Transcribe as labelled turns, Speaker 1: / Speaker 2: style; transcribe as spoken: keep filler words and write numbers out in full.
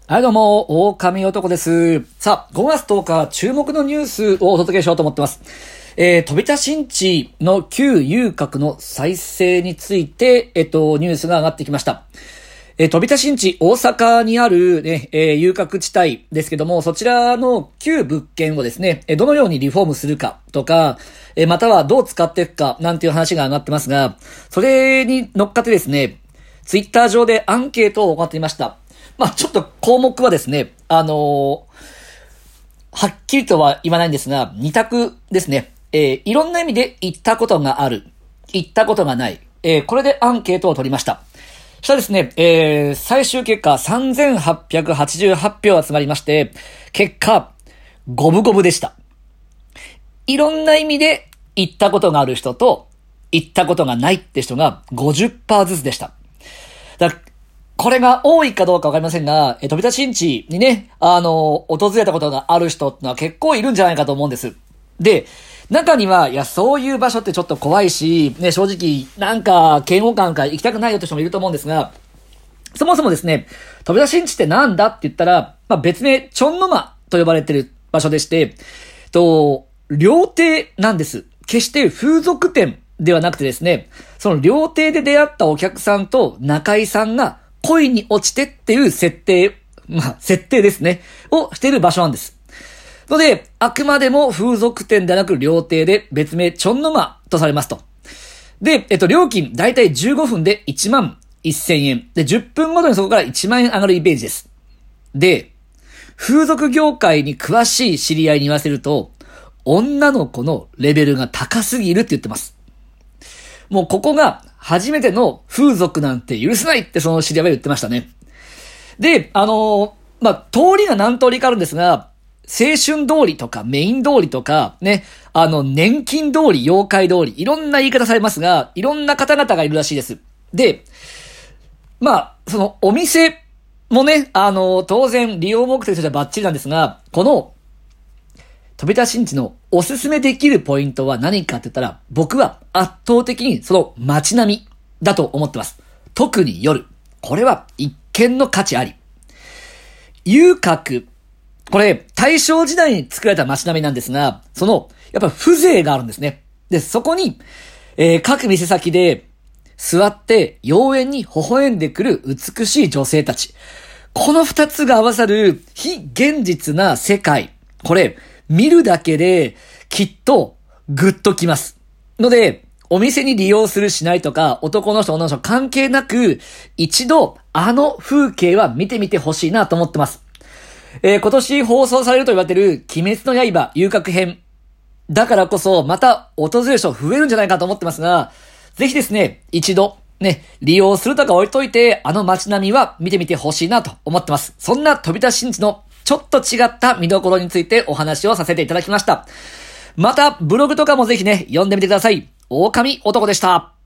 Speaker 1: はい、どうも、狼男です。さあ、ごがつとおか、注目のニュースをお届けしようと思ってます。えー、飛田新地の旧遊郭の再生について、えっと、ニュースが上がってきました。えー、飛田新地、大阪にあるね、えー、遊郭地帯ですけども、そちらの旧物件をですね、どのようにリフォームするかとか、えー、またはどう使っていくか、なんていう話が上がってますが、それに乗っかってですね、ツイッター上でアンケートを行っていました。まあ、ちょっと項目はですね、あのー、はっきりとは言わないんですが、二択ですね。えー、いろんな意味で行ったことがある、行ったことがない、えー、これでアンケートを取りました。そしたらですね、えー、最終結果さんぜんはっぴゃくはちじゅうはちひょう集まりまして、結果、五分五分でした。いろんな意味で行ったことがある人と、行ったことがないって人が ごじゅっパーセント ずつでした。だからこれが多いかどうかわかりませんが、え、飛田新地にね、あの、訪れたことがある人ってのは結構いるんじゃないかと思うんです。で、中には、いや、そういう場所ってちょっと怖いし、ね、正直、なんか、嫌悪感から行きたくないよって人もいると思うんですが、そもそもですね、飛田新地ってなんだって言ったら、まあ、別名、ちょんの間と呼ばれてる場所でして、と、料亭なんです。決して風俗店ではなくてですね、その料亭で出会ったお客さんと中居さんが、恋に落ちてっていう設定、まあ、設定ですね、をしている場所なんです。ので、あくまでも風俗店ではなく料亭で別名ちょんの間とされますと。で、えっと、料金だいたいじゅうごふんでいちまんせんえん。で、じゅっぷんごとにそこからいちまんえん上がるイメージです。で、風俗業界に詳しい知り合いに言わせると、女の子のレベルが高すぎるって言ってます。もうここが初めての風俗なんて許せないってその知り合いは言ってましたね。で、あのー、まあ、通りが何通りかあるんですが、青春通りとかメイン通りとか、ね、あの、年金通り、妖怪通り、いろんな言い方されますが、いろんな方々がいるらしいです。で、まあ、そのお店もね、あのー、当然利用目的としてはバッチリなんですが、この、飛田新地のおすすめできるポイントは何かって言ったら、僕は圧倒的にその街並みだと思ってます。特に夜。これは一見の価値あり。遊郭。これ、大正時代に作られた街並みなんですが、その、やっぱ風情があるんですね。で、そこに、えー、各店先で座って妖艶に微笑んでくる美しい女性たち。この二つが合わさる非現実な世界。これ、見るだけできっとグッときます。ので、お店に利用するしないとか、男の人女の人関係なく、一度あの風景は見てみてほしいなと思ってます。えー、今年放送されると言われている鬼滅の刃遊郭編。だからこそまた訪れる人増えるんじゃないかと思ってますが、ぜひですね、一度ね、利用するとか置いといて、あの街並みは見てみてほしいなと思ってます。そんな飛田新地のちょっと違った見どころについてお話をさせていただきました。またブログとかもぜひね、読んでみてください。狼男でした。